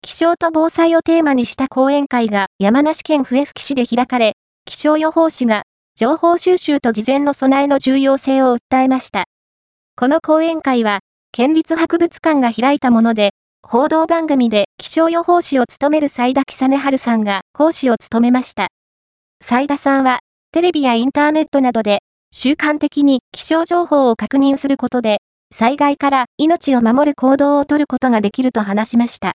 気象と防災をテーマにした講演会が山梨県笛吹市で開かれ、気象予報士が情報収集と事前の備えの重要性を訴えました。この講演会は、県立博物館が開いたもので、報道番組で気象予報士を務める斉田久根春さんが講師を務めました。斉田さんは、テレビやインターネットなどで、習慣的に気象情報を確認することで、災害から命を守る行動をとることができると話しました。